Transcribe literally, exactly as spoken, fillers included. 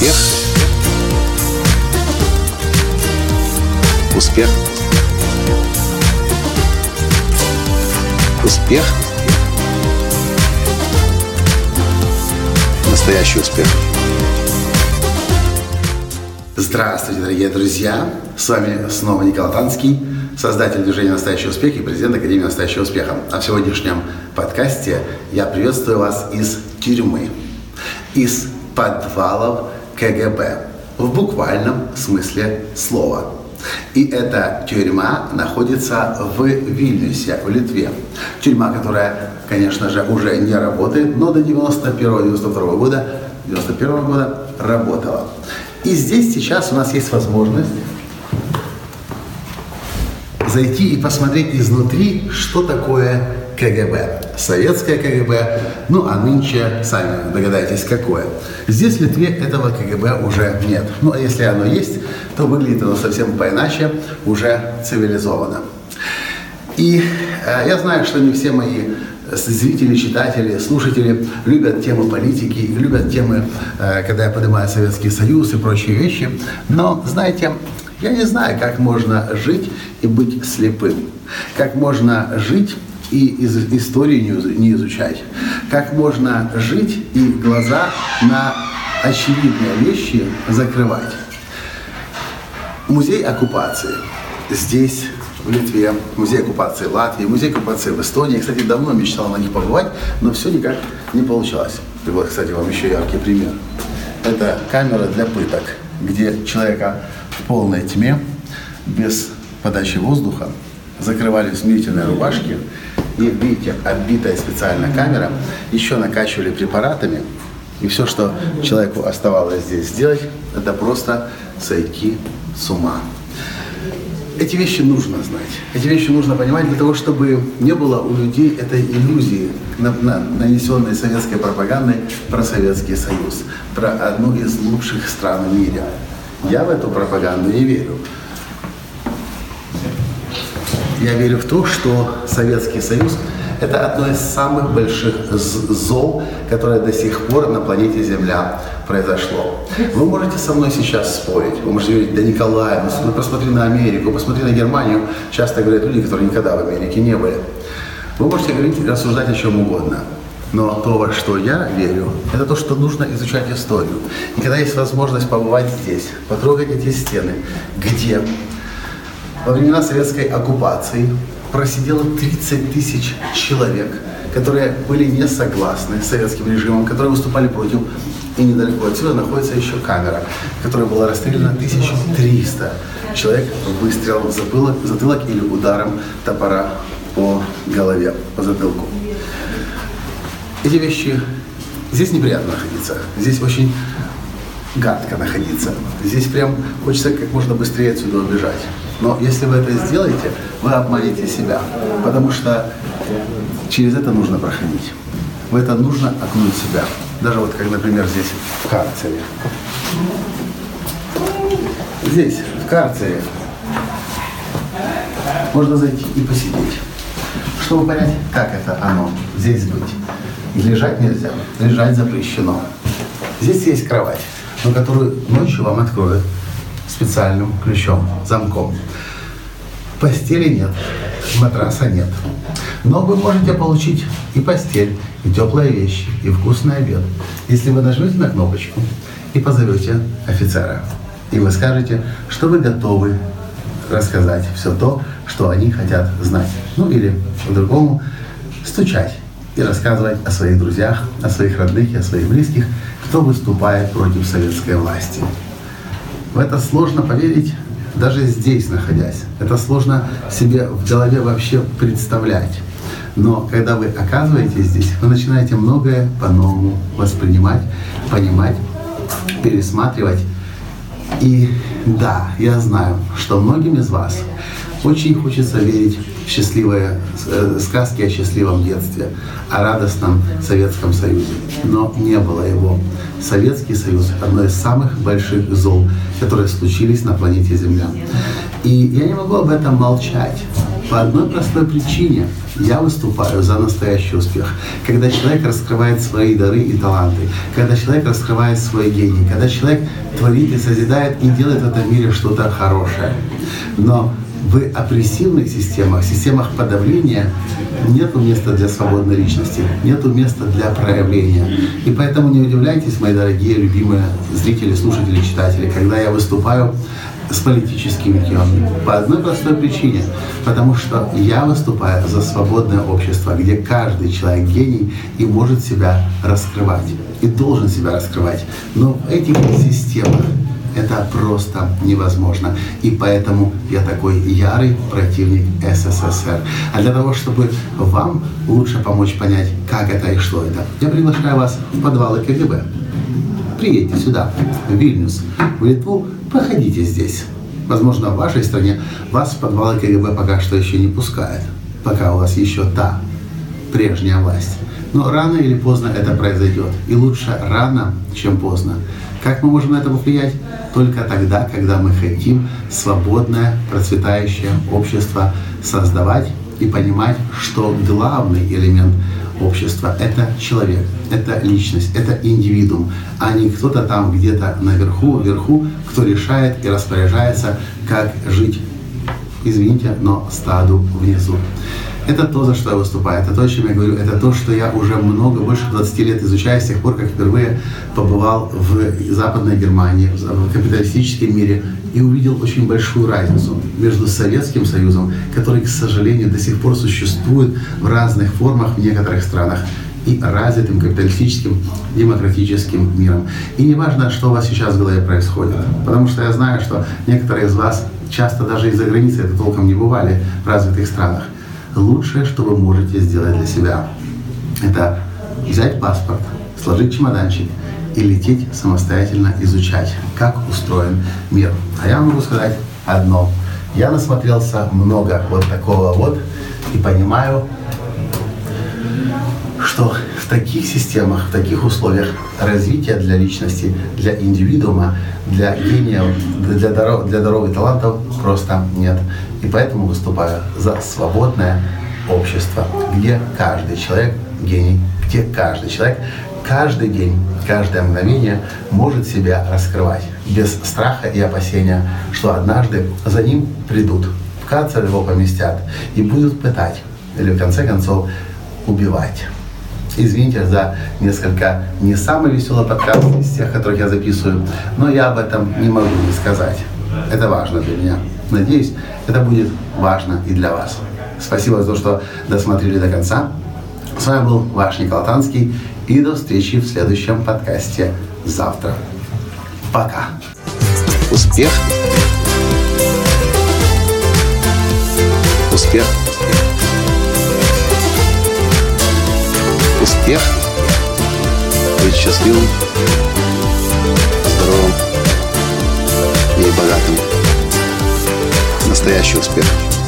Успех. Успех. Успех. Настоящий успех. Здравствуйте, дорогие друзья! С вами снова Николай Танский, создатель движения «Настоящий успех» и президент Академии «Настоящего успеха». А в сегодняшнем подкасте я приветствую вас из тюрьмы, из подвалов ка гэ бэ, в буквальном смысле слова. И эта тюрьма находится в Вильнюсе, в Литве. Тюрьма, которая, конечно же, уже не работает, но до девяносто первого — девяносто второго года, девяносто первого года работала. И здесь сейчас у нас есть возможность зайти и посмотреть изнутри, что такое ка гэ бэ. Советское ка гэ бэ, ну а нынче, сами догадаетесь, какое. Здесь в Литве этого ка гэ бэ уже нет. Ну а если оно есть, то выглядит оно совсем поиначе, уже цивилизованно. И э, я знаю, что не все мои зрители, читатели, слушатели любят темы политики, любят темы, э, когда я поднимаю Советский Союз и прочие вещи. Но, знаете, я не знаю, как можно жить и быть слепым. Как можно жить и из истории не изучать. Как можно жить и глаза на очевидные вещи закрывать. Музей оккупации здесь, в Литве, музей оккупации Латвии, музей оккупации в Эстонии. Я, кстати, давно мечтал на них побывать, но все никак не получалось. И вот, кстати, вам еще яркий пример. Это камера для пыток, где человека в полной тьме, без подачи воздуха, закрывали в смирительной рубашке. И, видите, оббитая специально камера, еще накачивали препаратами. И все, что человеку оставалось здесь сделать, это просто сойти с ума. Эти вещи нужно знать. Эти вещи нужно понимать для того, чтобы не было у людей этой иллюзии, нанесенной советской пропагандой про Советский Союз, про одну из лучших стран в мире. Я в эту пропаганду не верю. Я верю в то, что Советский Союз – это одно из самых больших зол, которое до сих пор на планете Земля произошло. Вы можете со мной сейчас спорить, вы можете говорить: да, Николай, ну посмотри на Америку, посмотри на Германию. Часто говорят люди, которые никогда в Америке не были. Вы можете говорить и рассуждать о чем угодно. Но то, во что я верю, это то, что нужно изучать историю. И когда есть возможность побывать здесь, потрогать эти стены, где во времена советской оккупации просидело тридцать тысяч человек, которые были не согласны с советским режимом, которые выступали против. И недалеко отсюда находится еще камера, в которой было расстреляно тысяча триста человек выстрелом в затылок, затылок или ударом топора по голове, по затылку. Эти вещи... Здесь неприятно находиться, здесь очень гадко находиться. Здесь прям хочется как можно быстрее отсюда убежать. Но если вы это сделаете, вы обманете себя, потому что через это нужно проходить. В это нужно окунуть себя. Даже вот как, например, здесь в карцере. Здесь, в карцере, можно зайти и посидеть, чтобы понять, как это оно, здесь быть. И лежать нельзя, лежать запрещено. Здесь есть кровать, но которую ночью вам откроют специальным ключом, замком. Постели нет, матраса нет. Но вы можете получить и постель, и теплые вещи, и вкусный обед, если вы нажмете на кнопочку и позовете офицера. И вы скажете, что вы готовы рассказать все то, что они хотят знать. Ну или по-другому стучать и рассказывать о своих друзьях, о своих родных и о своих близких, кто выступает против советской власти. В это сложно поверить, даже здесь находясь. Это сложно себе в голове вообще представлять. Но когда вы оказываетесь здесь, вы начинаете многое по-новому воспринимать, понимать, пересматривать. И да, я знаю, что многим из вас очень хочется верить в счастливые э, сказки о счастливом детстве, о радостном Советском Союзе. Но не было его. Советский Союз – одно из самых больших зол, которые случились на планете Земля. И я не могу об этом молчать. По одной простой причине я выступаю за настоящий успех. Когда человек раскрывает свои дары и таланты, когда человек раскрывает свой гений, когда человек творит и созидает и делает в этом мире что-то хорошее. Но в опрессивных системах, системах подавления нет места для свободной личности, нет места для проявления. И поэтому не удивляйтесь, мои дорогие, любимые зрители, слушатели, читатели, когда я выступаю с политическими темами. По одной простой причине. Потому что я выступаю за свободное общество, где каждый человек гений и может себя раскрывать. И должен себя раскрывать. Но в этих системах это просто невозможно. И поэтому я такой ярый противник СССР. А для того, чтобы вам лучше помочь понять, как это и что это, я приглашаю вас в подвалы КГБ. Приедьте сюда, в Вильнюс, в Литву, походите здесь. Возможно, в вашей стране вас в подвалы КГБ пока что еще не пускают, пока у вас еще та прежняя власть. Но рано или поздно это произойдет. И лучше рано, чем поздно. Как мы можем на это повлиять? Только тогда, когда мы хотим свободное, процветающее общество создавать и понимать, что главный элемент общества — это человек, это личность, это индивидуум, а не кто-то там где-то наверху, вверху, кто решает и распоряжается, как жить, извините, но стаду внизу. Это то, за что я выступаю, это то, о чем я говорю, это то, что я уже много, больше двадцати лет изучаю с тех пор, как впервые побывал в Западной Германии, в капиталистическом мире, и увидел очень большую разницу между Советским Союзом, который, к сожалению, до сих пор существует в разных формах в некоторых странах, и развитым капиталистическим демократическим миром. И не важно, что у вас сейчас в голове происходит, потому что я знаю, что некоторые из вас часто даже из-за границы это толком не бывали в развитых странах. Лучшее, что вы можете сделать для себя, это взять паспорт, сложить чемоданчик и лететь самостоятельно изучать, как устроен мир. А я могу сказать одно. Я насмотрелся много вот такого вот и понимаю, что в таких системах, в таких условиях развития для личности, для индивидуума, для гения, для даров, для даров и талантов просто нет. И поэтому выступаю за свободное общество, где каждый человек гений, где каждый человек каждый день, каждое мгновение может себя раскрывать без страха и опасения, что однажды за ним придут, в карцер его поместят и будут пытать или в конце концов убивать. Извините за несколько не самый веселый подкаст из тех, которых я записываю, но я об этом не могу не сказать. Это важно для меня. Надеюсь, это будет важно и для вас. Спасибо за то, что досмотрели до конца. С вами был ваш Николай Танский. И до встречи в следующем подкасте завтра. Пока. Успех. Успех. Успех. Быть счастливым, здоровым и богатым. Настоящий успех.